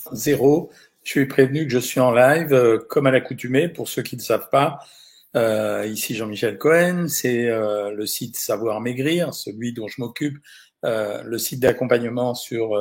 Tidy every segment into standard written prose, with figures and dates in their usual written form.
Zéro. Je suis prévenu que je suis en live, comme à l'accoutumée, pour ceux qui ne savent pas. Ici Jean-Michel Cohen, c'est le site Savoir Maigrir, celui dont je m'occupe, le site d'accompagnement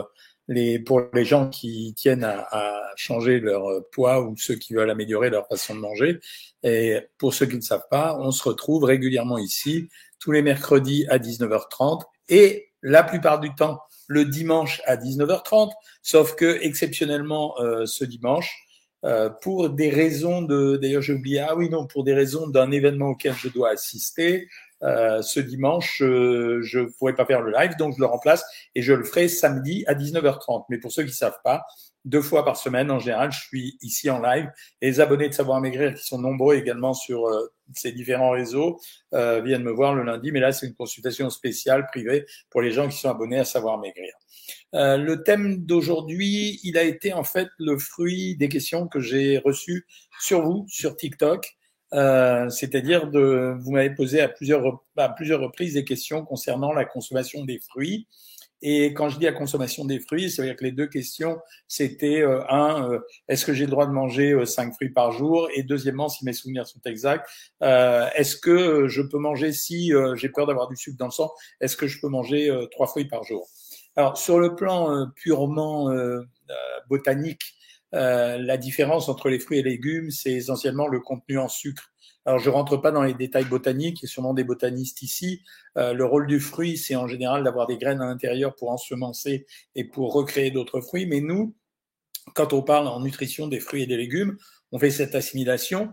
pour les gens qui tiennent à changer leur poids ou ceux qui veulent améliorer leur façon de manger. Et pour ceux qui ne savent pas, on se retrouve régulièrement ici, tous les mercredis à 19h30 et la plupart du temps le dimanche à 19h30, sauf que exceptionnellement ce dimanche, pour des raisons d'ailleurs j'ai oublié, pour des raisons d'un événement auquel je dois assister, ce dimanche, je ne pourrais pas faire le live, donc je le remplace et je le ferai samedi à 19h30. Mais pour ceux qui ne savent pas, 2 fois par semaine, en général, je suis ici en live. Et les abonnés de Savoir Maigrir, qui sont nombreux également sur ces différents réseaux, viennent me voir le lundi. Mais là, c'est une consultation spéciale, privée, pour les gens qui sont abonnés à Savoir Maigrir. Le thème d'aujourd'hui, il a été en fait le fruit des questions que j'ai reçues sur vous, sur TikTok. C'est-à-dire vous m'avez posé à plusieurs reprises des questions concernant la consommation des fruits. Et quand je dis la consommation des fruits, ça veut dire que les deux questions, c'était est-ce que j'ai le droit de manger 5 fruits par jour? Et deuxièmement, si mes souvenirs sont exacts, est-ce que je peux manger, si j'ai peur d'avoir du sucre dans le sang, est-ce que je peux manger 3 fruits par jour? Alors, sur le plan purement botanique, la différence entre les fruits et légumes, c'est essentiellement le contenu en sucre. Alors, je rentre pas dans les détails botaniques, il y a sûrement des botanistes ici. Le rôle du fruit, c'est en général d'avoir des graines à l'intérieur pour ensemencer et pour recréer d'autres fruits. Mais nous, quand on parle en nutrition des fruits et des légumes, on fait cette assimilation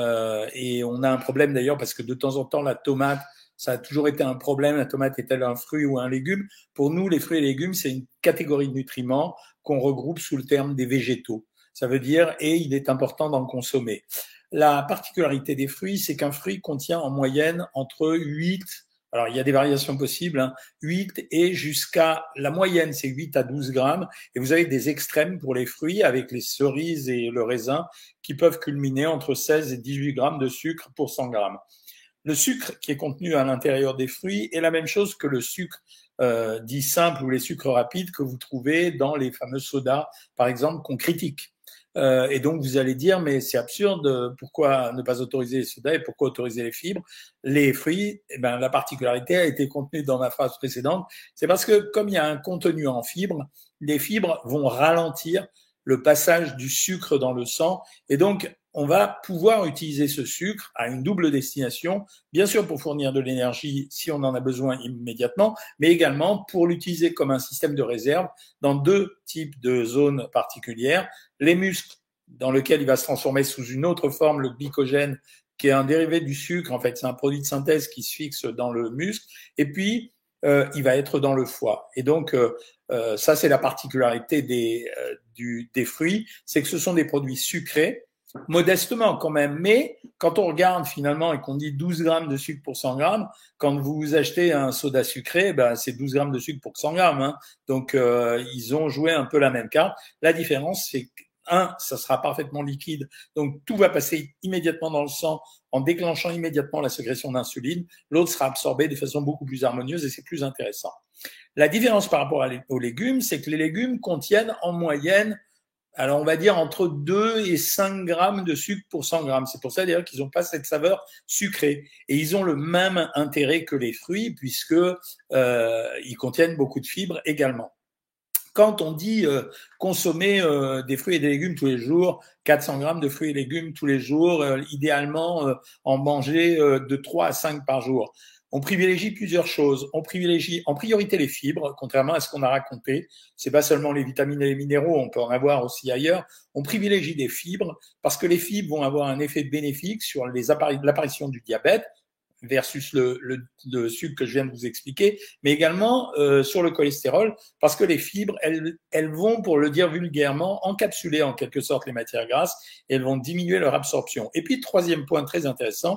et on a un problème d'ailleurs parce que de temps en temps, la tomate, ça a toujours été un problème. La tomate est-elle un fruit ou un légume? Pour nous, les fruits et légumes, c'est une catégorie de nutriments qu'on regroupe sous le terme des végétaux. Ça veut dire, et il est important d'en consommer. La particularité des fruits, c'est qu'un fruit contient en moyenne entre 8, alors il y a des variations possibles, 8 et jusqu'à, la moyenne c'est 8 à 12 grammes, et vous avez des extrêmes pour les fruits avec les cerises et le raisin qui peuvent culminer entre 16 et 18 grammes de sucre pour 100 grammes. Le sucre qui est contenu à l'intérieur des fruits est la même chose que le sucre dit simple ou les sucres rapides que vous trouvez dans les fameux sodas, par exemple, qu'on critique. Et donc, vous allez dire, mais c'est absurde, pourquoi ne pas autoriser les sodas et pourquoi autoriser les fibres? Les fruits, la particularité a été contenue dans ma phrase précédente, c'est parce que comme il y a un contenu en fibres, les fibres vont ralentir le passage du sucre dans le sang et donc on va pouvoir utiliser ce sucre à une double destination, bien sûr pour fournir de l'énergie si on en a besoin immédiatement, mais également pour l'utiliser comme un système de réserve dans 2 types de zones particulières. Les muscles, dans lesquels il va se transformer sous une autre forme, le glycogène, qui est un dérivé du sucre, en fait, c'est un produit de synthèse qui se fixe dans le muscle, et puis il va être dans le foie. Et donc, ça, c'est la particularité des fruits, c'est que ce sont des produits sucrés, modestement quand même, mais quand on regarde finalement et qu'on dit 12 grammes de sucre pour 100 grammes, quand vous achetez un soda sucré, c'est 12 grammes de sucre pour 100 grammes. Hein. Donc, ils ont joué un peu la même carte. La différence, c'est que, ça sera parfaitement liquide, donc tout va passer immédiatement dans le sang en déclenchant immédiatement la sécrétion d'insuline. L'autre sera absorbé de façon beaucoup plus harmonieuse et c'est plus intéressant. La différence par rapport aux légumes, c'est que les légumes contiennent en moyenne, alors on va dire entre 2 et 5 grammes de sucre pour 100 grammes. C'est pour ça d'ailleurs qu'ils n'ont pas cette saveur sucrée. Et ils ont le même intérêt que les fruits puisque ils contiennent beaucoup de fibres également. Quand on dit consommer des fruits et des légumes tous les jours, 400 grammes de fruits et légumes tous les jours, idéalement en manger de 3 à 5 par jour. On privilégie plusieurs choses. On privilégie en priorité les fibres, contrairement à ce qu'on a raconté. C'est pas seulement les vitamines et les minéraux, on peut en avoir aussi ailleurs. On privilégie des fibres parce que les fibres vont avoir un effet bénéfique sur l'apparition du diabète versus le sucre que je viens de vous expliquer, mais également sur le cholestérol, parce que les fibres, elles vont, pour le dire vulgairement, encapsuler en quelque sorte les matières grasses et elles vont diminuer leur absorption. Et puis, troisième point très intéressant,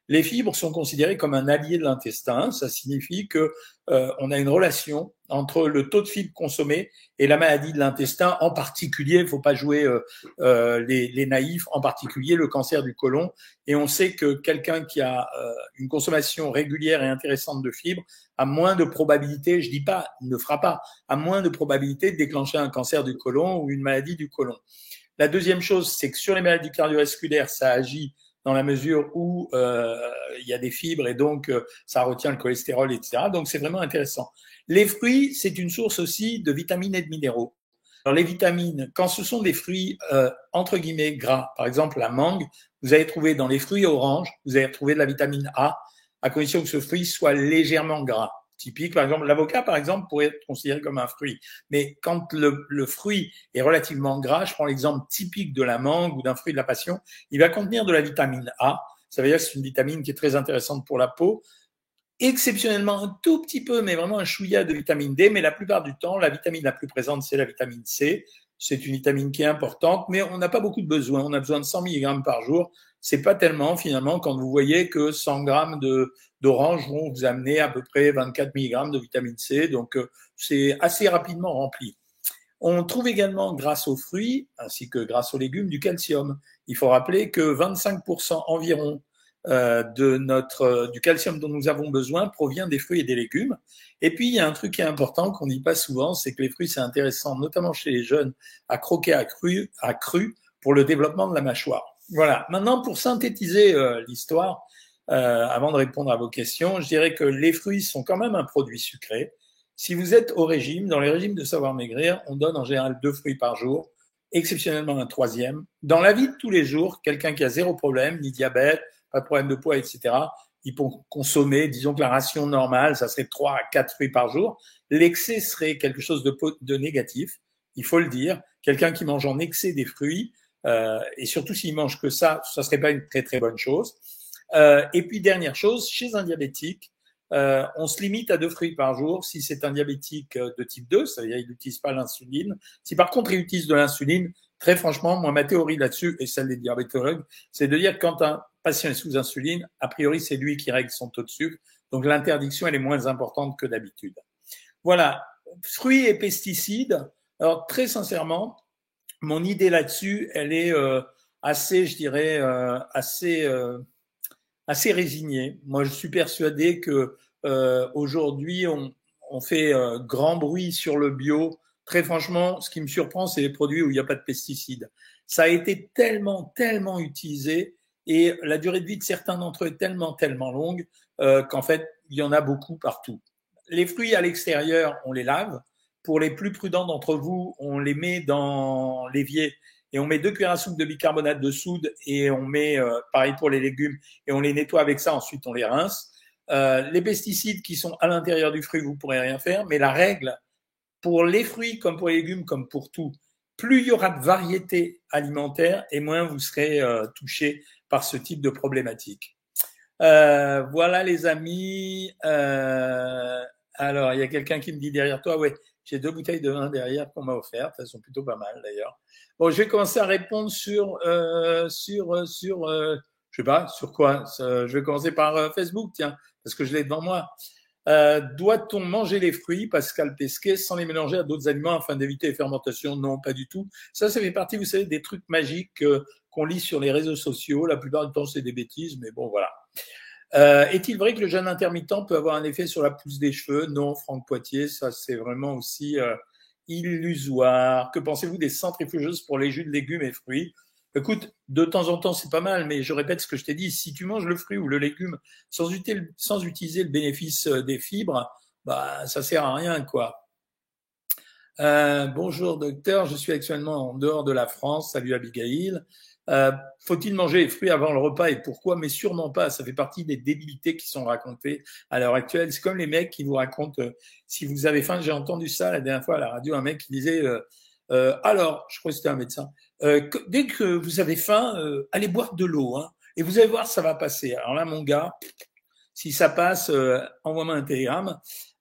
Les fibres sont considérées comme un allié de l'intestin. Ça signifie que on a une relation entre le taux de fibres consommé et la maladie de l'intestin, en particulier, il ne faut pas jouer les naïfs, en particulier le cancer du côlon. Et on sait que quelqu'un qui a une consommation régulière et intéressante de fibres a moins de probabilité, je dis pas, ne fera pas, a moins de probabilité de déclencher un cancer du côlon ou une maladie du côlon. La deuxième chose, c'est que sur les maladies cardiovasculaires, ça agit dans la mesure où il y a des fibres et donc ça retient le cholestérol, etc. Donc c'est vraiment intéressant. Les fruits, c'est une source aussi de vitamines et de minéraux. Alors les vitamines, quand ce sont des fruits entre guillemets gras, par exemple la mangue, vous allez trouver dans les fruits oranges, vous allez retrouver de la vitamine A, à condition que ce fruit soit légèrement gras. Typique, par exemple, l'avocat, par exemple, pourrait être considéré comme un fruit. Mais quand le fruit est relativement gras, je prends l'exemple typique de la mangue ou d'un fruit de la passion, il va contenir de la vitamine A. Ça veut dire que c'est une vitamine qui est très intéressante pour la peau. Exceptionnellement, un tout petit peu, mais vraiment un chouïa de vitamine D. Mais la plupart du temps, la vitamine la plus présente, c'est la vitamine C. C'est une vitamine qui est importante, mais on n'a pas beaucoup de besoin. On a besoin de 100 mg par jour. C'est pas tellement, finalement, quand vous voyez que 100 grammes d'orange vont vous amener à peu près 24 mg de vitamine C. Donc, c'est assez rapidement rempli. On trouve également, grâce aux fruits, ainsi que grâce aux légumes, du calcium. Il faut rappeler que 25% environ du calcium dont nous avons besoin provient des fruits et des légumes. Et puis, il y a un truc qui est important qu'on ne dit pas souvent, c'est que les fruits, c'est intéressant, notamment chez les jeunes, à croquer à cru pour le développement de la mâchoire. Voilà. Maintenant, pour synthétiser l'histoire, avant de répondre à vos questions, je dirais que les fruits sont quand même un produit sucré. Si vous êtes au régime, dans les régimes de Savoir Maigrir, on donne en général 2 fruits par jour, exceptionnellement un troisième. Dans la vie de tous les jours, quelqu'un qui a zéro problème, ni diabète, pas de problème de poids, etc., il peut consommer, disons que la ration normale, ça serait 3 à 4 fruits par jour. L'excès serait quelque chose de négatif, il faut le dire. Quelqu'un qui mange en excès des fruits, et surtout s'il mange que ça serait pas une très très bonne chose. Et puis dernière chose, chez un diabétique, on se limite à 2 fruits par jour si c'est un diabétique de type 2, c'est-à-dire il n'utilise pas l'insuline. Si par contre il utilise de l'insuline, très franchement, moi ma théorie là-dessus et celle des diabétologues, c'est de dire que quand un patient est sous insuline, a priori c'est lui qui règle son taux de sucre, donc l'interdiction elle est moins importante que d'habitude. Voilà, fruits et pesticides. Alors très sincèrement, mon idée là-dessus, elle est assez, je dirais, assez résigné. Moi, je suis persuadé que aujourd'hui, on fait grand bruit sur le bio. Très franchement, ce qui me surprend, c'est les produits où il n'y a pas de pesticides. Ça a été tellement, tellement utilisé et la durée de vie de certains d'entre eux est tellement, tellement longue qu'en fait, il y en a beaucoup partout. Les fruits à l'extérieur, on les lave. Pour les plus prudents d'entre vous, on les met dans l'évier et on met 2 cuillères à soupe de bicarbonate de soude et on met, pareil pour les légumes, et on les nettoie avec ça, ensuite on les rince. Les pesticides qui sont à l'intérieur du fruit, vous ne pourrez rien faire, mais la règle, pour les fruits comme pour les légumes, comme pour tout, plus il y aura de variété alimentaire et moins vous serez touché par ce type de problématique. Voilà les amis. Alors, il y a quelqu'un qui me dit derrière toi, ouais, j'ai 2 bouteilles de vin derrière qu'on m'a offertes, elles sont plutôt pas mal d'ailleurs. Bon, je vais commencer à répondre je sais pas, sur quoi. Je vais commencer par Facebook, tiens, parce que je l'ai devant moi. Doit-on manger les fruits, Pascal Pesquet, sans les mélanger à d'autres aliments afin d'éviter les fermentations? Non, pas du tout. Ça fait partie, vous savez, des trucs magiques qu'on lit sur les réseaux sociaux. La plupart du temps, c'est des bêtises, mais bon, voilà. Est-il vrai que le jeûne intermittent peut avoir un effet sur la pousse des cheveux? Non, Franck Poitier, ça c'est vraiment aussi illusoire. Que pensez-vous des centrifugeuses pour les jus de légumes et fruits? Écoute, de temps en temps c'est pas mal, mais je répète ce que je t'ai dit, si tu manges le fruit ou le légume sans utiliser le bénéfice des fibres, bah ça sert à rien, quoi. Bonjour docteur, je suis actuellement en dehors de la France. Salut Abigail. Faut-il manger les fruits avant le repas et pourquoi? Mais sûrement pas. Ça fait partie des débilités qui sont racontées à l'heure actuelle. C'est comme les mecs qui vous racontent si vous avez faim. J'ai entendu ça la dernière fois à la radio, un mec qui disait alors, je crois que c'était un médecin, dès que vous avez faim, allez boire de l'eau, hein, et vous allez voir, ça va passer. Alors là, mon gars, si ça passe, envoie-moi un télégramme.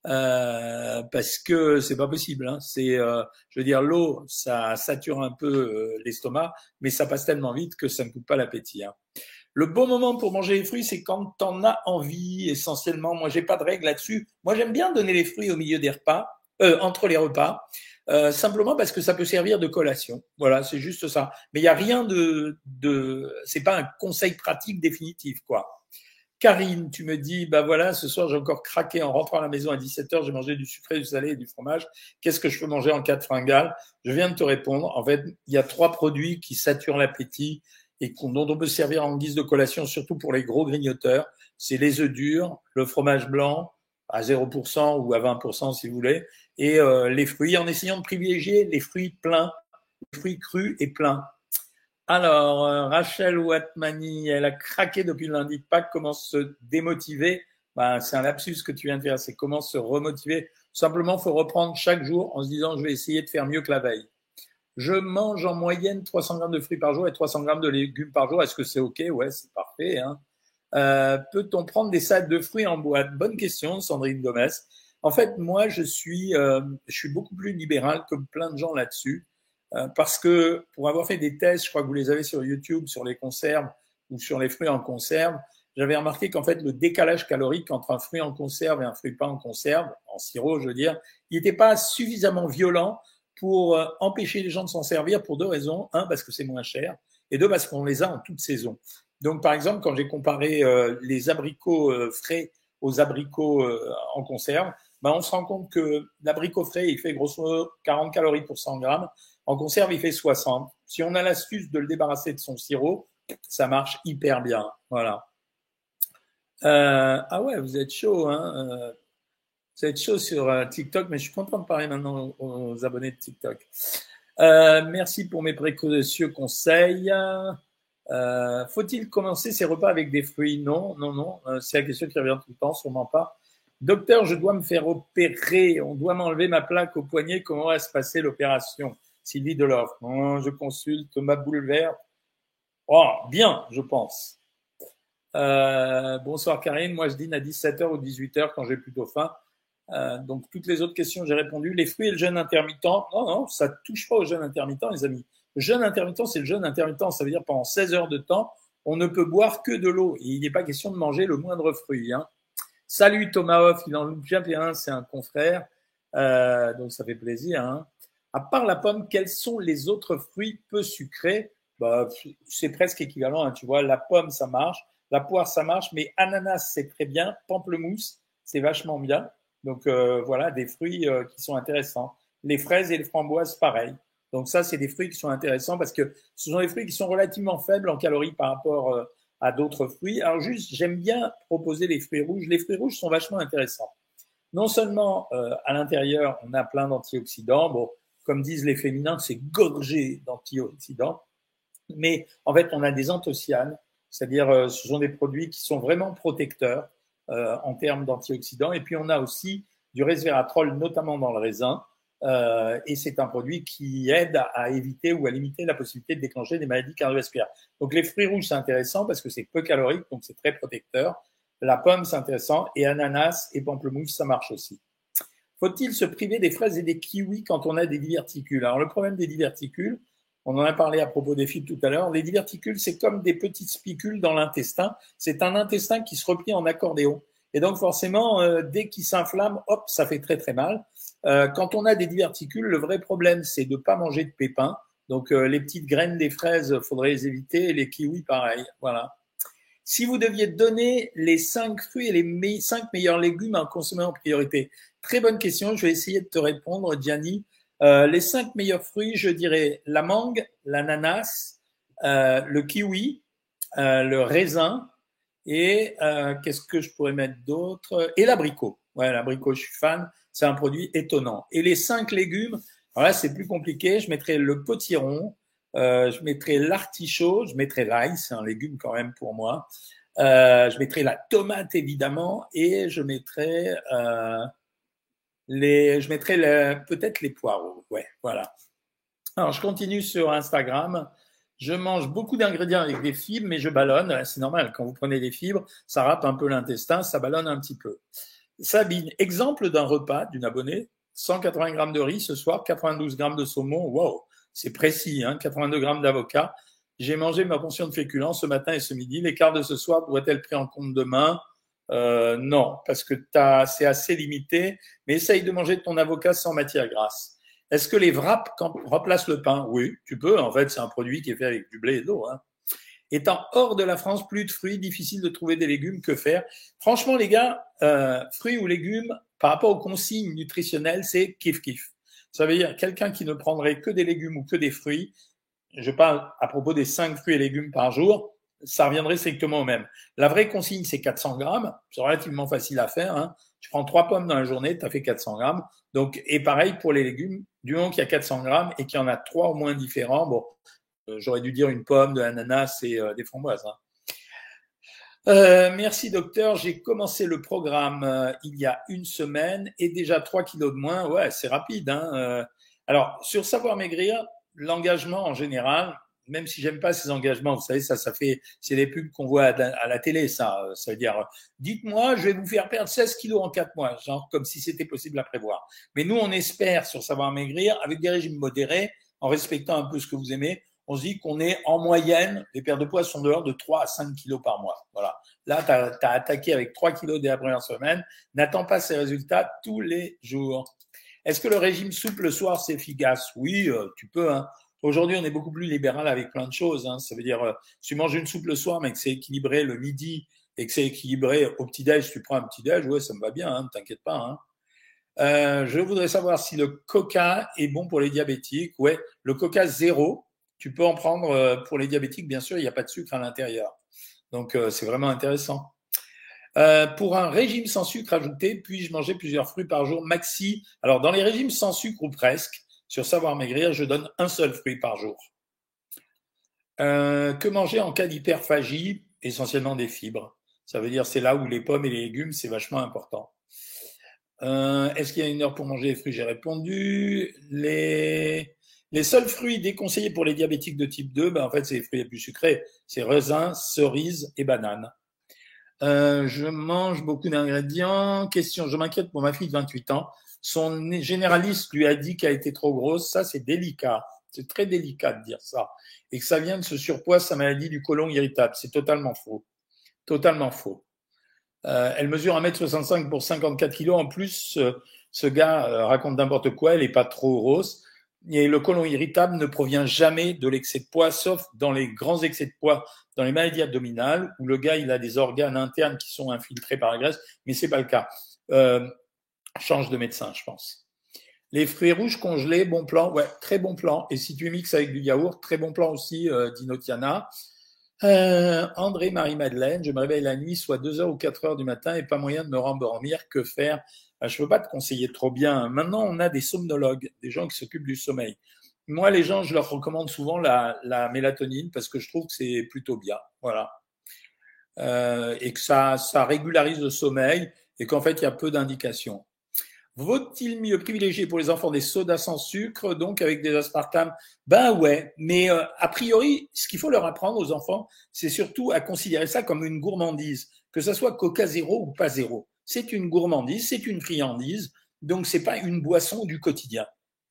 Parce que c'est pas possible. Hein. Je veux dire, l'eau, ça sature un peu l'estomac, mais ça passe tellement vite que ça ne coupe pas l'appétit. Hein. Le bon moment pour manger les fruits, c'est quand tu en as envie, essentiellement. Moi, j'ai pas de règle là-dessus. Moi, j'aime bien donner les fruits au milieu des repas, entre les repas, simplement parce que ça peut servir de collation. Voilà, c'est juste ça. Mais il n'y a rien c'est pas un conseil pratique définitif, quoi. Karine, tu me dis, bah voilà, ce soir j'ai encore craqué en rentrant à la maison à 17h, j'ai mangé du sucré, du salé et du fromage. Qu'est-ce que je peux manger en cas de fringale? Je viens de te répondre. En fait, il y a 3 produits qui saturent l'appétit et dont on peut servir en guise de collation, surtout pour les gros grignoteurs. C'est les œufs durs, le fromage blanc à 0% ou à 20% si vous voulez, et les fruits, en essayant de privilégier les fruits pleins, les fruits crus et pleins. Alors, Rachel Watmani, elle a craqué depuis le lundi de Pâques. Comment se démotiver? Ben, c'est un lapsus que tu viens de faire. C'est comment se remotiver. Simplement, il faut reprendre chaque jour en se disant, je vais essayer de faire mieux que la veille. Je mange en moyenne 300 grammes de fruits par jour et 300 grammes de légumes par jour. Est-ce que c'est OK? Ouais, c'est parfait. Hein. Peut-on prendre des salades de fruits en boîte? Bonne question, Sandrine Gomez. En fait, moi, je suis beaucoup plus libéral que plein de gens là-dessus. Parce que pour avoir fait des tests, je crois que vous les avez sur YouTube, sur les conserves ou sur les fruits en conserve, j'avais remarqué qu'en fait, le décalage calorique entre un fruit en conserve et un fruit pas en conserve, en sirop, je veux dire, il n'était pas suffisamment violent pour empêcher les gens de s'en servir pour 2 raisons. 1, parce que c'est moins cher, et 2, parce qu'on les a en toute saison. Donc, par exemple, quand j'ai comparé les abricots frais aux abricots en conserve, ben, on se rend compte que l'abricot frais, il fait grosso modo 40 calories pour 100 grammes. En conserve, il fait 60. Si on a l'astuce de le débarrasser de son sirop, ça marche hyper bien. Voilà. Ah ouais, vous êtes chaud, hein. Vous êtes chaud sur TikTok, mais je suis content de parler maintenant aux abonnés de TikTok. Merci pour mes précieux conseils. Faut-il commencer ses repas avec des fruits? Non, non, non. C'est la question qui revient tout le temps, sûrement pas. Docteur, je dois me faire opérer. On doit m'enlever ma plaque au poignet. Comment va se passer l'opération? Sylvie Delors. Je consulte ma boule verte. Oh, bien, je pense. Bonsoir Karine. Moi, je dîne à 17h ou 18h quand j'ai plutôt faim. Donc, toutes les autres questions, j'ai répondu. Les fruits et le jeûne intermittent. Non, non, ça ne touche pas au jeûne intermittent, les amis. Le jeûne intermittent, c'est le jeûne intermittent. Ça veut dire pendant 16 heures de temps, on ne peut boire que de l'eau. Et il n'est pas question de manger le moindre fruit. Hein. Salut Thomas Hoff, il en loupe bien, c'est un confrère. Donc, ça fait plaisir. Hein. À part la pomme, quels sont les autres fruits peu sucrés? Bah, c'est presque équivalent. Hein, tu vois, la pomme, ça marche. La poire, ça marche. Mais ananas, c'est très bien. Pamplemousse, c'est vachement bien. Donc voilà, des fruits qui sont intéressants. Les fraises et les framboises, pareil. Donc ça, c'est des fruits qui sont intéressants parce que ce sont des fruits qui sont relativement faibles en calories par rapport à d'autres fruits. Alors juste, j'aime bien proposer les fruits rouges. Les fruits rouges sont vachement intéressants. Non seulement à l'intérieur, on a plein d'antioxydants. Bon, comme disent les féminins, c'est gorgé d'antioxydants. Mais en fait, on a des anthocyanes, c'est-à-dire ce sont des produits qui sont vraiment protecteurs en termes d'antioxydants. Et puis, on a aussi du resveratrol, notamment dans le raisin. Et c'est un produit qui aide à éviter ou à limiter la possibilité de déclencher des maladies cardiovasculaires. Donc, les fruits rouges, c'est intéressant parce que c'est peu calorique, donc c'est très protecteur. La pomme, c'est intéressant. Et ananas et pamplemousse, ça marche aussi. Faut-il se priver des fraises et des kiwis quand on a des diverticules? Alors, le problème des diverticules, on en a parlé à propos des fibres tout à l'heure. Les diverticules, c'est comme des petites spicules dans l'intestin. C'est un intestin qui se replie en accordéon. Et donc, forcément, dès qu'il s'inflamme, hop, ça fait très, très mal. Quand on a des diverticules, le vrai problème, c'est de ne pas manger de pépins. Donc, les petites graines des fraises, faudrait les éviter. Et les kiwis, pareil. Voilà. Si vous deviez donner les 5 fruits et les 5 meilleurs légumes à consommer en priorité. Très bonne question. Je vais essayer de te répondre, Gianni. Les 5 meilleurs fruits, je dirais la mangue, l'ananas, le kiwi, le raisin et qu'est-ce que je pourrais mettre d'autre? Et l'abricot. Ouais, l'abricot, je suis fan. C'est un produit étonnant. Et les 5 légumes, alors là, c'est plus compliqué. Je mettrais le potiron, je mettrais l'artichaut, je mettrais l'ail, c'est un légume quand même pour moi. Je mettrais la tomate évidemment et je mettrais peut-être les poireaux. Ouais, voilà. Alors, je continue sur Instagram. Je mange beaucoup d'ingrédients avec des fibres, mais je ballonne. C'est normal. Quand vous prenez des fibres, ça râpe un peu l'intestin, ça ballonne un petit peu. Sabine, exemple d'un repas d'une abonnée. 180 grammes de riz ce soir, 92 grammes de saumon. Wow, c'est précis, hein, 82 grammes d'avocat. J'ai mangé ma portion de féculents ce matin et ce midi. L'écart de ce soir doit être pris en compte demain? Non, parce que c'est assez limité. Mais essaye de manger de ton avocat sans matière grasse. Est-ce que les wraps remplacent le pain? Oui, tu peux. En fait, c'est un produit qui est fait avec du blé et de l'eau. Hein. Étant hors de la France, plus de fruits, difficile de trouver des légumes, que faire? Franchement, les gars, fruits ou légumes, par rapport aux consignes nutritionnelles, c'est kiff-kiff. Ça veut dire quelqu'un qui ne prendrait que des légumes ou que des fruits, je parle à propos des 5 fruits et légumes par jour, ça reviendrait strictement au même. La vraie consigne, c'est 400 grammes. C'est relativement facile à faire. Hein. Tu prends 3 pommes dans la journée, tu as fait 400 grammes. Donc, et pareil pour les légumes, du moment qu'il y a 400 grammes et qu'il y en a 3 au moins différents, bon, j'aurais dû dire une pomme, de l'ananas et des framboises. Hein. Merci docteur, j'ai commencé le programme il y a une semaine et déjà 3 kilos de moins. Ouais, c'est rapide. Hein. Alors, sur Savoir Maigrir, l'engagement en général, même si j'aime pas ces engagements, vous savez, ça fait, c'est des pubs qu'on voit à la télé, ça. Ça veut dire, dites-moi, je vais vous faire perdre 16 kilos en 4 mois, genre comme si c'était possible à prévoir. Mais nous, on espère sur Savoir Maigrir, avec des régimes modérés, en respectant un peu ce que vous aimez, on se dit qu'on est en moyenne, les pertes de poids sont dehors de 3 à 5 kilos par mois. Voilà. Là, tu as attaqué avec 3 kilos dès la première semaine. N'attends pas ces résultats tous les jours. Est-ce que le régime souple le soir, c'est efficace? Oui, tu peux. Hein. Aujourd'hui, on est beaucoup plus libéral avec plein de choses. Hein. Ça veut dire, si tu manges une soupe le soir, mais que c'est équilibré le midi et que c'est équilibré au petit-déj, tu prends un petit-déj, ouais, ça me va bien, hein, ne t'inquiète pas. Hein. Je voudrais savoir si le coca est bon pour les diabétiques. Ouais, le coca zéro, tu peux en prendre pour les diabétiques, bien sûr, il n'y a pas de sucre à l'intérieur. Donc, c'est vraiment intéressant. Pour un régime sans sucre ajouté, puis-je manger plusieurs fruits par jour maxi? Alors, dans les régimes sans sucre ou presque, sur Savoir Maigrir, je donne un seul fruit par jour. Que manger en cas d'hyperphagie? Essentiellement des fibres. Ça veut dire c'est là où les pommes et les légumes, c'est vachement important. Est-ce qu'il y a une heure pour manger les fruits? J'ai répondu. Les seuls fruits déconseillés pour les diabétiques de type 2, ben en fait, c'est les fruits les plus sucrés. C'est raisin, cerise et banane. Je mange beaucoup d'ingrédients. Question, je m'inquiète pour ma fille de 28 ans. Son généraliste lui a dit qu'elle était trop grosse. Ça, c'est délicat. C'est très délicat de dire ça. Et que ça vient de ce surpoids, sa maladie du côlon irritable. C'est totalement faux. Totalement faux. Elle mesure 1m65 pour 54 kilos. En plus, ce gars raconte n'importe quoi. Elle n'est pas trop grosse. Et le côlon irritable ne provient jamais de l'excès de poids, sauf dans les grands excès de poids, dans les maladies abdominales, où le gars il a des organes internes qui sont infiltrés par la graisse, mais c'est pas le cas. Change de médecin, je pense. Les fruits rouges congelés, bon plan, ouais, très bon plan. Et si tu mixes avec du yaourt, très bon plan aussi, dit Notiana. André Marie-Madeleine, je me réveille la nuit, soit 2h ou 4h du matin, et pas moyen de me rendormir. Que faire? Je ne peux pas te conseiller trop bien. Maintenant, on a des somnologues, des gens qui s'occupent du sommeil. Moi, les gens, je leur recommande souvent la mélatonine parce que je trouve que c'est plutôt bien. Voilà. Et que ça régularise le sommeil et qu'en fait, il y a peu d'indications. Vaut-il mieux privilégier pour les enfants des sodas sans sucre, donc avec des aspartames? Ben ouais, mais a priori, ce qu'il faut leur apprendre aux enfants, c'est surtout à considérer ça comme une gourmandise, que ça soit Coca zéro ou pas zéro. C'est une gourmandise, c'est une friandise, donc c'est pas une boisson du quotidien.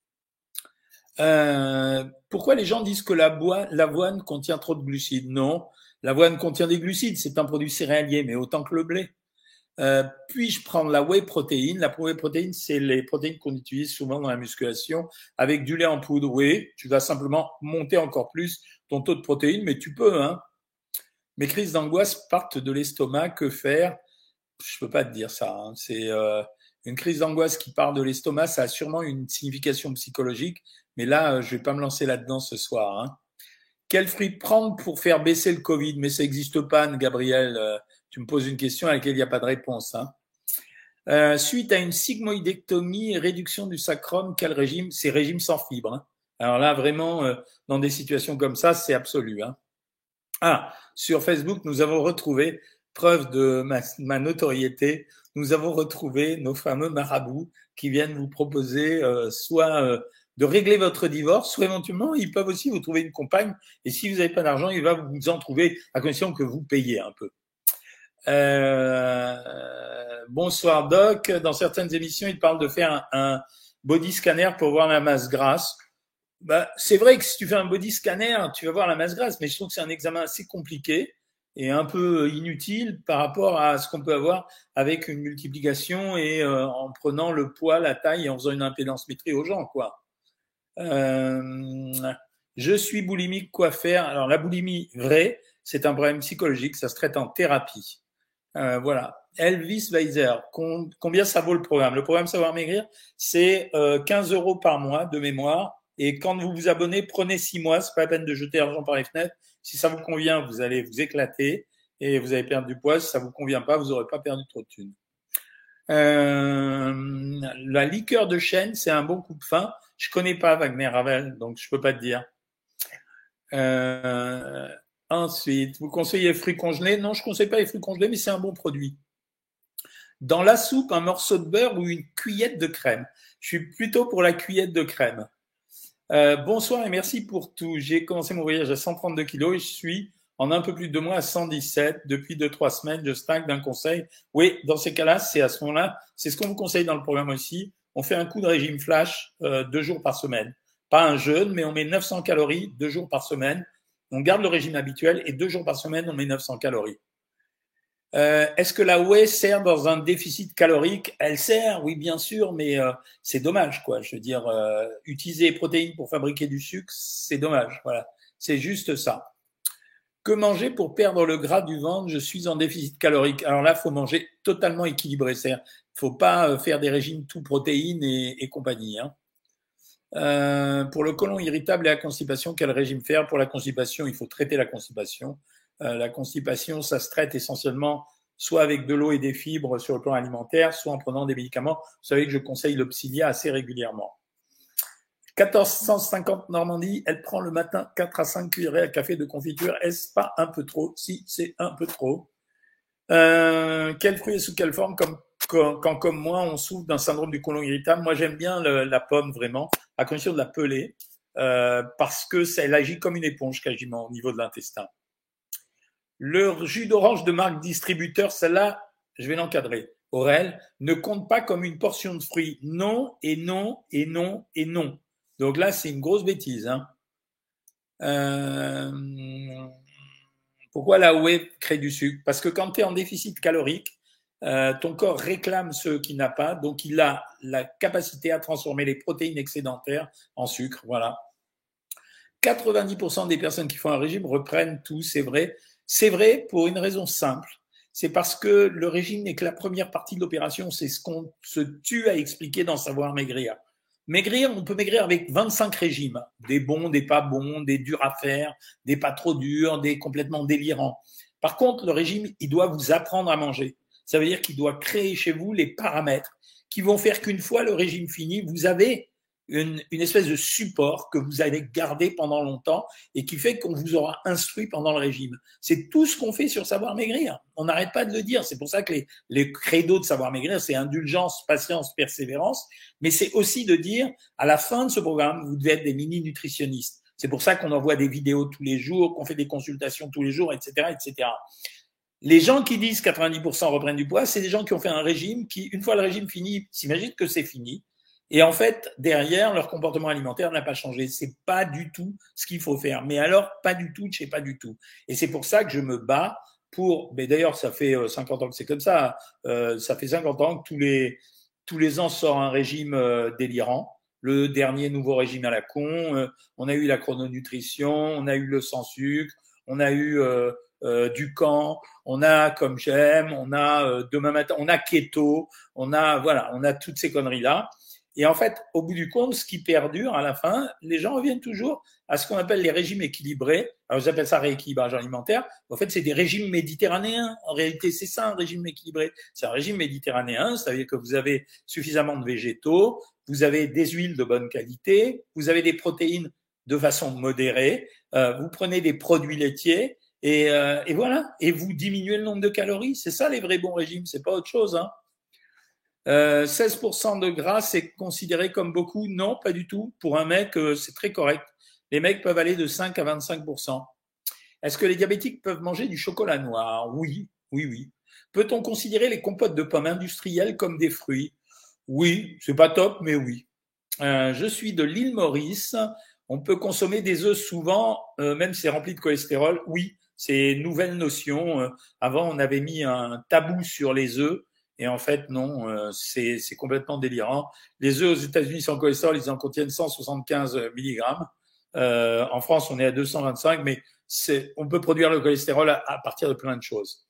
Pourquoi les gens disent que l'avoine contient trop de glucides? Non, l'avoine contient des glucides, c'est un produit céréalier, mais autant que le blé. Puis-je prendre la whey protéine? La whey protéine, c'est les protéines qu'on utilise souvent dans la musculation avec du lait en poudre. Oui, tu vas simplement monter encore plus ton taux de protéines, mais tu peux. Hein. Mes crises d'angoisse partent de l'estomac. Que faire? Je peux pas te dire ça. Hein. C'est une crise d'angoisse qui part de l'estomac. Ça a sûrement une signification psychologique, mais là, je vais pas me lancer là-dedans ce soir. Hein. Quel fruit prendre pour faire baisser le Covid? Mais ça n'existe pas, Anne-Gabrielle. Tu me poses une question à laquelle il n'y a pas de réponse. Hein. Suite à une sigmoïdectomie et réduction du sacrum, quel régime? C'est régime sans fibre. Hein. Alors là, vraiment, dans des situations comme ça, c'est absolu. Hein. Ah, sur Facebook, nous avons retrouvé, preuve de ma notoriété, nous avons retrouvé nos fameux marabouts qui viennent vous proposer soit de régler votre divorce, soit éventuellement, ils peuvent aussi vous trouver une compagne. Et si vous n'avez pas d'argent, il va vous en trouver à condition que vous payiez un peu. Bonsoir Doc. Dans certaines émissions, il parle de faire un body scanner pour voir la masse grasse. Bah, c'est vrai que si tu fais un body scanner, tu vas voir la masse grasse, mais je trouve que c'est un examen assez compliqué et un peu inutile par rapport à ce qu'on peut avoir avec une multiplication et en prenant le poids, la taille et en faisant une impédance-métrie aux gens, quoi. Euh, je suis boulimique, quoi faire? Alors la boulimie vraie, c'est un problème psychologique, ça se traite en thérapie. Voilà. Elvis Weiser, combien ça vaut le programme? Le programme Savoir Maigrir, c'est 15 € par mois de mémoire. Et quand vous vous abonnez, prenez 6 mois. C'est pas la peine de jeter l'argent par les fenêtres. Si ça vous convient, vous allez vous éclater et vous allez perdre du poids. Si ça vous convient pas, vous n'aurez pas perdu trop de thunes. La liqueur de chêne, c'est un bon coup de fin. Je connais pas Wagner Ravel, donc je peux pas te dire. Euh, Ensuite, vous conseillez les fruits congelés? Non, je conseille pas les fruits congelés, mais c'est un bon produit. Dans la soupe, un morceau de beurre ou une cuillère de crème? Je suis plutôt pour la cuillère de crème. Bonsoir et merci pour tout. J'ai commencé mon voyage à 132 kilos et je suis en un peu plus de 2 mois à 117. Depuis 2-3 semaines, je stagne d'un conseil. Oui, dans ces cas-là, c'est à ce moment-là, c'est ce qu'on vous conseille dans le programme aussi. On fait un coup de régime flash 2 jours par semaine. Pas un jeûne, mais on met 900 calories 2 jours par semaine. On garde le régime habituel et 2 jours par semaine, on met 900 calories. Est-ce que la whey sert dans un déficit calorique? Elle sert, oui, bien sûr, mais c'est dommage, quoi. Je veux dire, utiliser les protéines pour fabriquer du sucre, c'est dommage. Voilà, c'est juste ça. Que manger pour perdre le gras du ventre? Je suis en déficit calorique. Alors là, faut manger totalement équilibré. C'est-à-dire, faut pas faire des régimes tout protéines et compagnie. Hein. Pour le côlon irritable et la constipation, quel régime faire? Pour la constipation, il faut traiter la constipation. La constipation, ça se traite essentiellement soit avec de l'eau et des fibres sur le plan alimentaire, soit en prenant des médicaments. Vous savez que je conseille le Psyllia assez régulièrement. 1450 Normandie, elle prend le matin 4 à 5 cuillerées à café de confiture. Est-ce pas un peu trop? Si, c'est un peu trop. Quel fruit et sous quelle forme quand, comme moi, on souffre d'un syndrome du côlon irritable? Moi, j'aime bien la pomme, vraiment, à condition de la peler, parce que elle agit comme une éponge, quasiment, au niveau de l'intestin. Le jus d'orange de marque distributeur, celle-là, je vais l'encadrer. Aurel, ne compte pas comme une portion de fruits. Non, et non, et non, et non. Donc là, c'est une grosse bêtise. Hein. Pourquoi la whey crée du sucre? Parce que quand tu es en déficit calorique, ton corps réclame ce qu'il n'a pas, donc il a la capacité à transformer les protéines excédentaires en sucre. Voilà. 90% des personnes qui font un régime reprennent tout, c'est vrai. C'est vrai pour une raison simple. C'est parce que le régime n'est que la première partie de l'opération. C'est ce qu'on se tue à expliquer dans Savoir Maigrir. Maigrir, on peut maigrir avec 25 régimes. Des bons, des pas bons, des durs à faire, des pas trop durs, des complètement délirants. Par contre, le régime, il doit vous apprendre à manger. Ça veut dire qu'il doit créer chez vous les paramètres qui vont faire qu'une fois le régime fini, vous avez une espèce de support que vous allez garder pendant longtemps et qui fait qu'on vous aura instruit pendant le régime. C'est tout ce qu'on fait sur Savoir Maigrir. On n'arrête pas de le dire. C'est pour ça que les credos de Savoir Maigrir, c'est indulgence, patience, persévérance. Mais c'est aussi de dire, à la fin de ce programme, vous devez être des mini-nutritionnistes. C'est pour ça qu'on envoie des vidéos tous les jours, qu'on fait des consultations tous les jours, etc., etc. Les gens qui disent 90% reprennent du poids, c'est des gens qui ont fait un régime qui, une fois le régime fini, s'imaginent que c'est fini. Et en fait, derrière, leur comportement alimentaire n'a pas changé. C'est pas du tout ce qu'il faut faire. Mais alors, pas du tout, je sais pas du tout. Et c'est pour ça que je me bats pour. Mais d'ailleurs, ça fait 50 ans que c'est comme ça. Ça fait 50 ans que tous les ans sort un régime délirant. Le dernier nouveau régime à la con. On a eu la chrononutrition, on a eu le sans sucre, on a eu du camp, on a comme j'aime, on a demain matin, on a keto, on a toutes ces conneries là. Et en fait, au bout du compte, ce qui perdure à la fin, les gens reviennent toujours à ce qu'on appelle les régimes équilibrés. Alors, j'appelle ça rééquilibrage alimentaire. En fait, c'est des régimes méditerranéens. En réalité, c'est ça un régime équilibré. C'est un régime méditerranéen, c'est-à-dire que vous avez suffisamment de végétaux, vous avez des huiles de bonne qualité, vous avez des protéines de façon modérée, vous prenez des produits laitiers et voilà. Et vous diminuez le nombre de calories. C'est ça les vrais bons régimes. C'est pas autre chose. Hein. 16% de gras, c'est considéré comme beaucoup? Non, pas du tout. Pour un mec, c'est très correct. Les mecs peuvent aller de 5 à 25%. Est-ce que les diabétiques peuvent manger du chocolat noir? Oui, oui, oui. Peut-on considérer les compotes de pommes industrielles comme des fruits? Oui, c'est pas top, mais oui. Je suis de l'île Maurice. On peut consommer des œufs souvent, même si c'est rempli de cholestérol. Oui, c'est une nouvelle notion. Avant, on avait mis un tabou sur les œufs. Et en fait, non, c'est complètement délirant. Les œufs aux États-Unis sans cholestérol, ils en contiennent 175 milligrammes. En France, on est à 225, mais on peut produire le cholestérol à partir de plein de choses.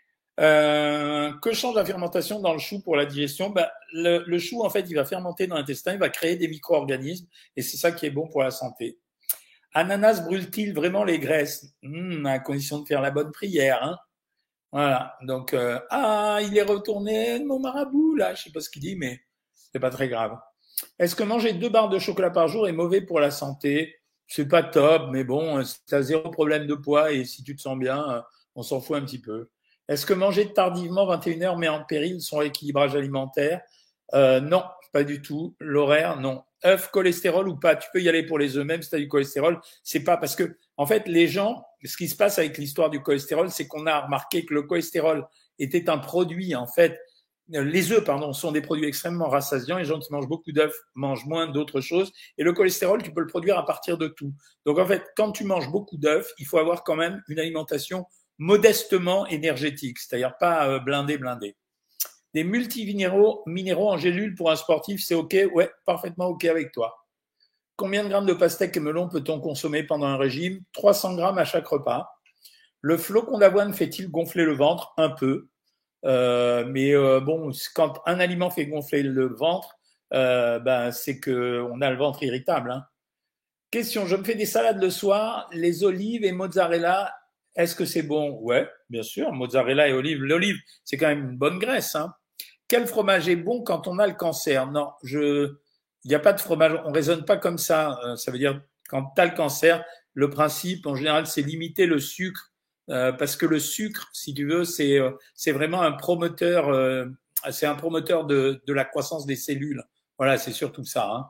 Que change la fermentation dans le chou pour la digestion? Le chou, en fait, il va fermenter dans l'intestin, il va créer des micro-organismes, et c'est ça qui est bon pour la santé. Ananas brûle-t-il vraiment les graisses? À condition de faire la bonne prière, hein. Voilà. Donc, il est retourné, mon marabout, là. Je sais pas ce qu'il dit, mais c'est pas très grave. Est-ce que manger 2 barres de chocolat par jour est mauvais pour la santé? C'est pas top, mais bon, t'as zéro problème de poids et si tu te sens bien, on s'en fout un petit peu. Est-ce que manger tardivement 21h met en péril son équilibrage alimentaire? Non, pas du tout. L'horaire, non. œufs, cholestérol ou pas, tu peux y aller pour les œufs, même si tu as du cholestérol. C'est pas parce que, en fait, les gens, ce qui se passe avec l'histoire du cholestérol, c'est qu'on a remarqué que le cholestérol était un produit, en fait, les œufs, pardon, sont des produits extrêmement rassasiants. Les gens qui mangent beaucoup d'œufs mangent moins d'autres choses. Et le cholestérol, tu peux le produire à partir de tout. Donc, en fait, quand tu manges beaucoup d'œufs, il faut avoir quand même une alimentation modestement énergétique, c'est-à-dire pas blindé. Des multiminéraux en gélules pour un sportif, c'est OK? Ouais, parfaitement OK avec toi. Combien de grammes de pastèque et melon peut-on consommer pendant un régime? 300 grammes à chaque repas. Le flocon d'avoine fait-il gonfler le ventre? Un peu. Mais bon, quand un aliment fait gonfler le ventre, c'est qu'on a le ventre irritable, hein. Question, je me fais des salades le soir, les olives et mozzarella, est-ce que c'est bon? Ouais, bien sûr, mozzarella et olive. L'olive, c'est quand même une bonne graisse, hein. Quel fromage est bon quand on a le cancer? Non, il n'y a pas de fromage, on raisonne pas comme ça. Ça veut dire, quand tu as le cancer, le principe, en général, c'est limiter le sucre, parce que le sucre, si tu veux, c'est vraiment un promoteur, c'est un promoteur de la croissance des cellules. Voilà, c'est surtout ça, hein.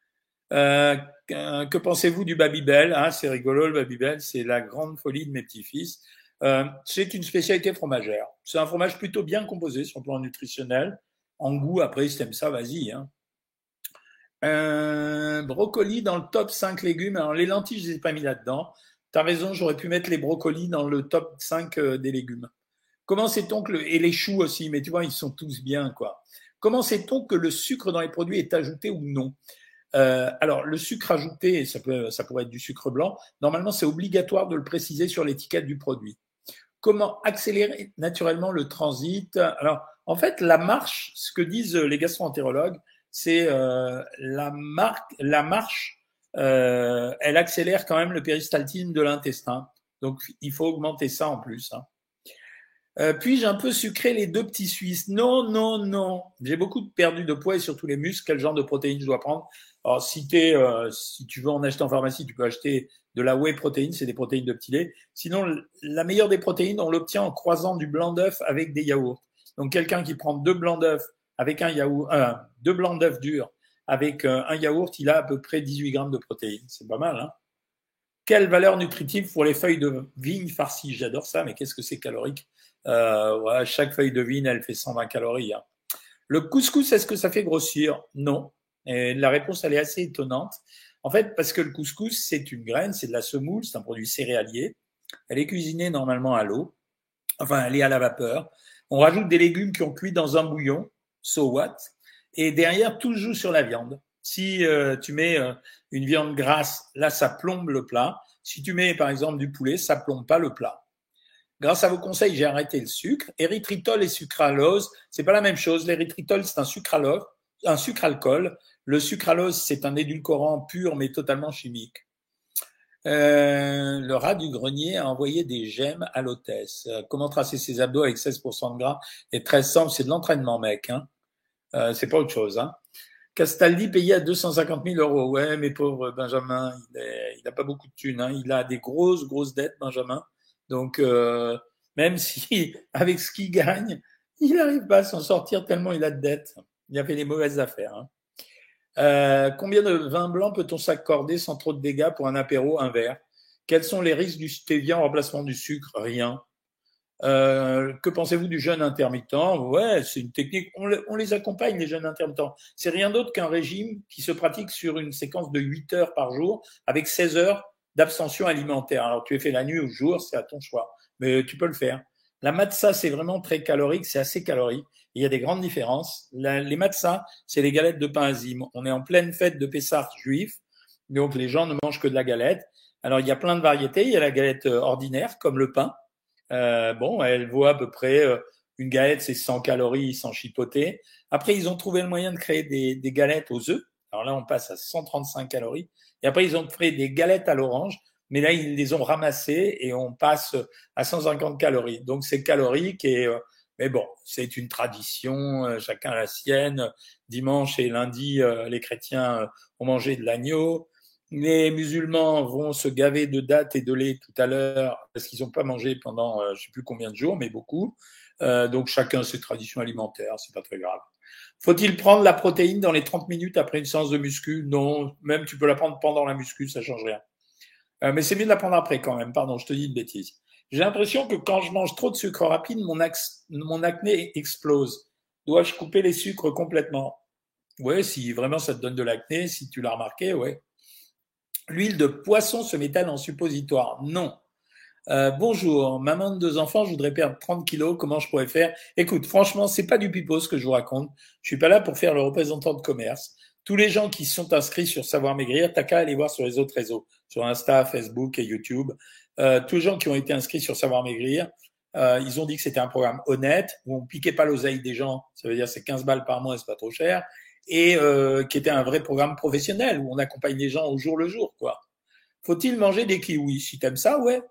Que pensez-vous du Babybel? C'est rigolo, le Babybel, c'est la grande folie de mes petits-fils. C'est une spécialité fromagère. C'est un fromage plutôt bien composé sur le plan nutritionnel. En goût, après, si t'aimes ça, vas-y, hein. Brocoli dans le top 5 légumes. Alors, les lentilles, je les ai pas mis là-dedans. T'as raison, j'aurais pu mettre les brocolis dans le top 5 des légumes. Comment sait-on et les choux aussi, mais tu vois, ils sont tous bien, quoi. Comment sait-on que le sucre dans les produits est ajouté ou non? Alors, le sucre ajouté, ça pourrait être du sucre blanc. Normalement, c'est obligatoire de le préciser sur l'étiquette du produit. Comment accélérer naturellement le transit? Alors, en fait, la marche, ce que disent les gastro-entérologues, c'est la marche, elle accélère quand même le péristaltisme de l'intestin. Donc, il faut augmenter ça en plus, hein. Puis-je un peu sucrer les 2 petits Suisses? Non, non, non. J'ai beaucoup perdu de poids et surtout les muscles. Quel genre de protéines je dois prendre? Alors, si tu veux en acheter en pharmacie, tu peux acheter de la whey protéine, c'est des protéines de petit lait. Sinon, la meilleure des protéines, on l'obtient en croisant du blanc d'œuf avec des yaourts. Donc, quelqu'un qui prend 2 blancs d'œuf avec un yaourt, 2 blancs d'œuf durs avec un yaourt, il a à peu près 18 grammes de protéines. C'est pas mal, hein? Quelle valeur nutritive pour les feuilles de vigne farcies? J'adore ça, mais qu'est-ce que c'est calorique? Ouais, chaque feuille de vigne, elle fait 120 calories, hein. Le couscous, est-ce que ça fait grossir? Non. Et la réponse, elle est assez étonnante. En fait, parce que le couscous, c'est une graine, c'est de la semoule, c'est un produit céréalier. Elle est cuisinée normalement à l'eau. Enfin, elle est à la vapeur. On rajoute des légumes qui ont cuit dans un bouillon, so what? Et derrière, tout joue sur la viande. Si tu mets une viande grasse, là, ça plombe le plat. Si tu mets, par exemple, du poulet, ça plombe pas le plat. Grâce à vos conseils, j'ai arrêté le sucre. Érythritol et sucralose, c'est pas la même chose. L'érythritol, c'est un sucre-alcool. Le sucralose, c'est un édulcorant pur, mais totalement chimique. Le rat du grenier a envoyé des gemmes à l'hôtesse. Comment tracer ses abdos avec 16% de gras et 13 cents? C'est de l'entraînement, mec, hein. C'est pas autre chose, hein. Castaldi payé à 250 000 euros. Ouais, mais pauvre Benjamin, il a pas beaucoup de thunes, hein. Il a des grosses dettes, Benjamin. Donc, même si, avec ce qu'il gagne, il n'arrive pas à s'en sortir tellement il a de dettes. Il a fait des mauvaises affaires, hein. Combien de vin blanc peut-on s'accorder sans trop de dégâts pour un apéro, un verre? Quels sont les risques du stevia en remplacement du sucre? Rien. Que pensez-vous du jeûne intermittent? Ouais, c'est une technique. On les accompagne, les jeûnes intermittents. C'est rien d'autre qu'un régime qui se pratique sur une séquence de 8 heures par jour avec 16 heures d'abstention alimentaire. Alors, tu es fait la nuit ou le jour, c'est à ton choix. Mais tu peux le faire. La matzah, c'est vraiment très calorique, c'est assez calorique. Il y a des grandes différences. Les matzahs, c'est les galettes de pain azim. On est en pleine fête de Pessah juif, donc les gens ne mangent que de la galette. Alors, il y a plein de variétés. Il y a la galette ordinaire, comme le pain. Bon, elle vaut à peu près, une galette, c'est 100 calories sans chipoter. Après, ils ont trouvé le moyen de créer des galettes aux œufs. Alors là, on passe à 135 calories. Et après, ils ont fait des galettes à l'orange. Mais là, ils les ont ramassées et on passe à 150 calories. Donc, c'est calorique mais bon, c'est une tradition. Chacun a la sienne. Dimanche et lundi, les chrétiens ont mangé de l'agneau. Les musulmans vont se gaver de dattes et de lait tout à l'heure parce qu'ils n'ont pas mangé pendant je ne sais plus combien de jours, mais beaucoup. Donc chacun ses traditions alimentaires, c'est pas très grave. Faut-il prendre la protéine dans les 30 minutes après une séance de muscu? Non, même tu peux la prendre pendant la muscu, ça change rien. Mais c'est mieux de la prendre après quand même. Pardon, je te dis une bêtise. J'ai l'impression que quand je mange trop de sucre rapide, mon acné explose. Dois-je couper les sucres complètement? Ouais, si vraiment ça te donne de l'acné, si tu l'as remarqué, ouais. L'huile de poisson se met-elle en suppositoire? Non. Bonjour, maman de 2 enfants, je voudrais perdre 30 kilos, comment je pourrais faire? Écoute, franchement, c'est pas du pipeau ce que je vous raconte. Je suis pas là pour faire le représentant de commerce. Tous les gens qui sont inscrits sur Savoir Maigrir, t'as qu'à aller voir sur les autres réseaux, sur Insta, Facebook et YouTube. Tous les gens qui ont été inscrits sur Savoir Maigrir, ils ont dit que c'était un programme honnête, où on piquait pas l'oseille des gens, ça veut dire c'est 15 balles par mois et c'est pas trop cher, et qui était un vrai programme professionnel, où on accompagne les gens au jour le jour, quoi. Faut-il manger des kiwis? Si t'aimes ça, ouais.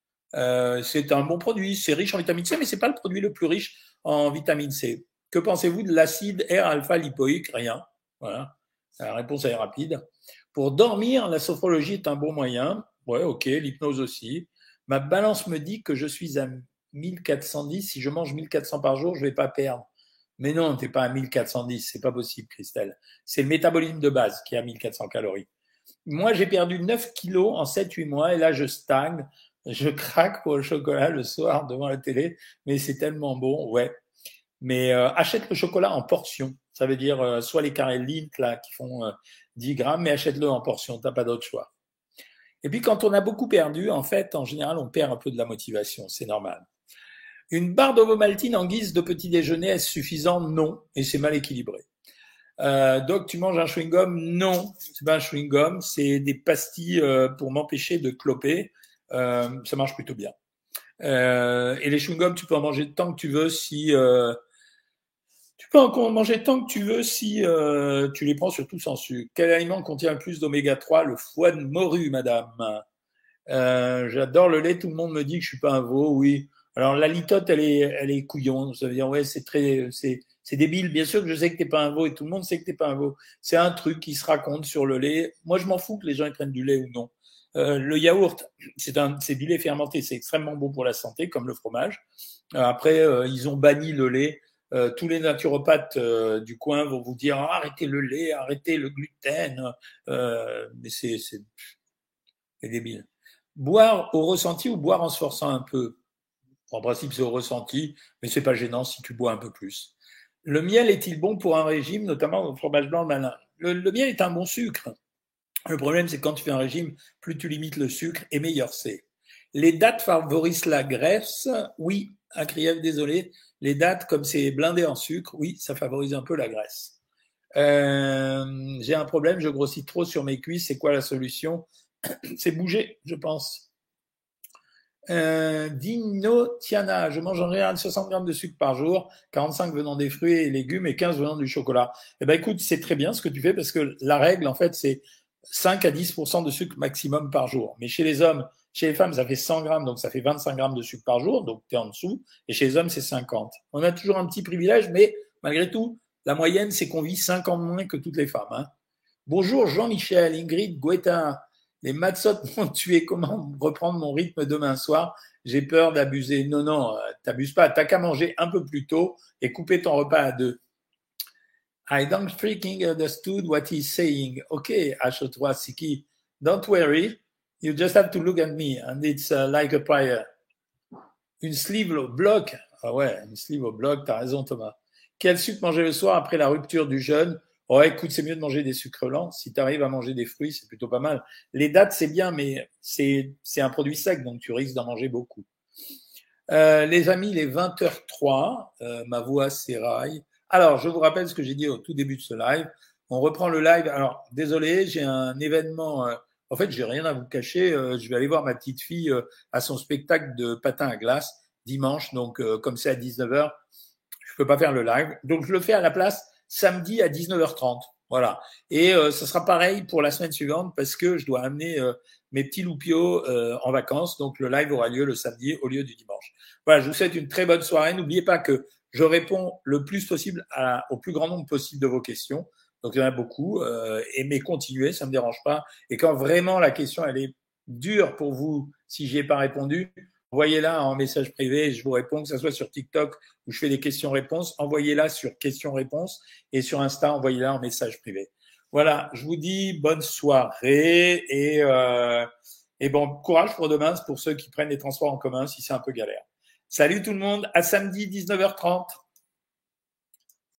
C'est un bon produit, c'est riche en vitamine C, mais c'est pas le produit le plus riche en vitamine C. Que pensez-vous de l'acide R-alpha-lipoïque? Rien. Voilà. La réponse est rapide. Pour dormir, la sophrologie est un bon moyen. Ouais, ok, l'hypnose aussi. Ma balance me dit que je suis à 1410. Si je mange 1400 par jour, je vais pas perdre. Mais non, t'es pas à 1410, c'est pas possible, Christelle. C'est le métabolisme de base qui est à 1400 calories. Moi, j'ai perdu 9 kilos en 7-8 mois et là, je stagne. Je craque pour le chocolat le soir devant la télé, mais c'est tellement bon, ouais. Mais achète le chocolat en portions. Ça veut dire soit les carrés Lindt là qui font 10 grammes, mais achète-le en portions, t'as pas d'autre choix. Et puis quand on a beaucoup perdu, en fait, en général, on perd un peu de la motivation, c'est normal. Une barre d'ovomaltine en guise de petit déjeuner, est-ce suffisant? Non, et c'est mal équilibré. Donc tu manges un chewing-gum? Non, c'est pas un chewing-gum, c'est des pastilles pour m'empêcher de cloper. Ça marche plutôt bien. Et les chewing-gums, tu peux en manger tant que tu veux si tu peux en manger tant que tu veux si tu les prends surtout sans sucre. Quel aliment contient le plus d'oméga 3? Le foie de morue, madame. J'adore le lait, tout le monde me dit que je suis pas un veau, oui. Alors la litote, elle est couillon, ça veut dire ouais, c'est débile. Bien sûr que je sais que t'es pas un veau et tout le monde sait que t'es pas un veau. C'est un truc qui se raconte sur le lait. Moi, je m'en fous que les gens ils prennent du lait ou non. Le yaourt, c'est du lait fermenté, c'est extrêmement bon pour la santé, comme le fromage. Après, ils ont banni le lait. Tous les naturopathes du coin vont vous dire arrêtez le lait, arrêtez le gluten, mais c'est débile. Boire au ressenti ou boire en se forçant un peu? En principe, c'est au ressenti, mais c'est pas gênant si tu bois un peu plus. Le miel est-il bon pour un régime, notamment au fromage blanc malin? Le miel est un bon sucre. Le problème, c'est que quand tu fais un régime, plus tu limites le sucre et meilleur c'est. Les dattes favorisent la graisse? Oui, à Krief, désolé. Les dattes, comme c'est blindé en sucre, oui, ça favorise un peu la graisse. J'ai un problème, je grossis trop sur mes cuisses, c'est quoi la solution? C'est bouger, je pense. Dino Tiana, je mange en général 60 grammes de sucre par jour, 45 venant des fruits et légumes et 15 venant du chocolat. Eh ben écoute, c'est très bien ce que tu fais parce que la règle, en fait, c'est 5 à 10% de sucre maximum par jour. Mais chez les hommes, chez les femmes, ça fait 100 grammes, donc ça fait 25 grammes de sucre par jour, donc tu es en dessous. Et chez les hommes, c'est 50. On a toujours un petit privilège, mais malgré tout, la moyenne, c'est qu'on vit 5 ans de moins que toutes les femmes. Hein. Bonjour Jean-Michel, Ingrid, Guetta. Les matzot m'ont tué. Comment reprendre mon rythme demain soir? J'ai peur d'abuser. Non, non, t'abuses pas. T'as qu'à manger un peu plus tôt et couper ton repas à deux. I don't freaking understood what he's saying. Okay, Ashotwa Siki, don't worry. You just have to look at me and it's like a prayer. Une sleeve au bloc. Ah ouais, une sleeve au bloc, t'as raison Thomas. Quel sucre manger le soir après la rupture du jeûne? Oh écoute, c'est mieux de manger des sucres lents. Si tu arrives à manger des fruits, c'est plutôt pas mal. Les dattes, c'est bien, mais c'est un produit sec, donc tu risques d'en manger beaucoup. Les amis, il est 20h03, ma voix s'éraille. Alors, je vous rappelle ce que j'ai dit au tout début de ce live. On reprend le live. Alors, désolé, j'ai un événement. En fait, j'ai rien à vous cacher. Je vais aller voir ma petite fille à son spectacle de patin à glace dimanche. Donc, comme c'est à 19h, je peux pas faire le live. Donc, je le fais à la place samedi à 19h30. Voilà. Et ce sera pareil pour la semaine suivante parce que je dois amener mes petits loupiaux en vacances. Donc, le live aura lieu le samedi au lieu du dimanche. Voilà, je vous souhaite une très bonne soirée. N'oubliez pas que je réponds le plus possible au plus grand nombre possible de vos questions. Donc, il y en a beaucoup. Mais continuez, ça me dérange pas. Et quand vraiment la question, elle est dure pour vous, si j'y ai pas répondu, envoyez-la en message privé et je vous réponds, que ce soit sur TikTok où je fais des questions-réponses, envoyez-la sur questions-réponses et sur Insta, envoyez-la en message privé. Voilà, je vous dis bonne soirée et bon courage pour demain, pour ceux qui prennent les transports en commun si c'est un peu galère. Salut tout le monde, à samedi 19h30.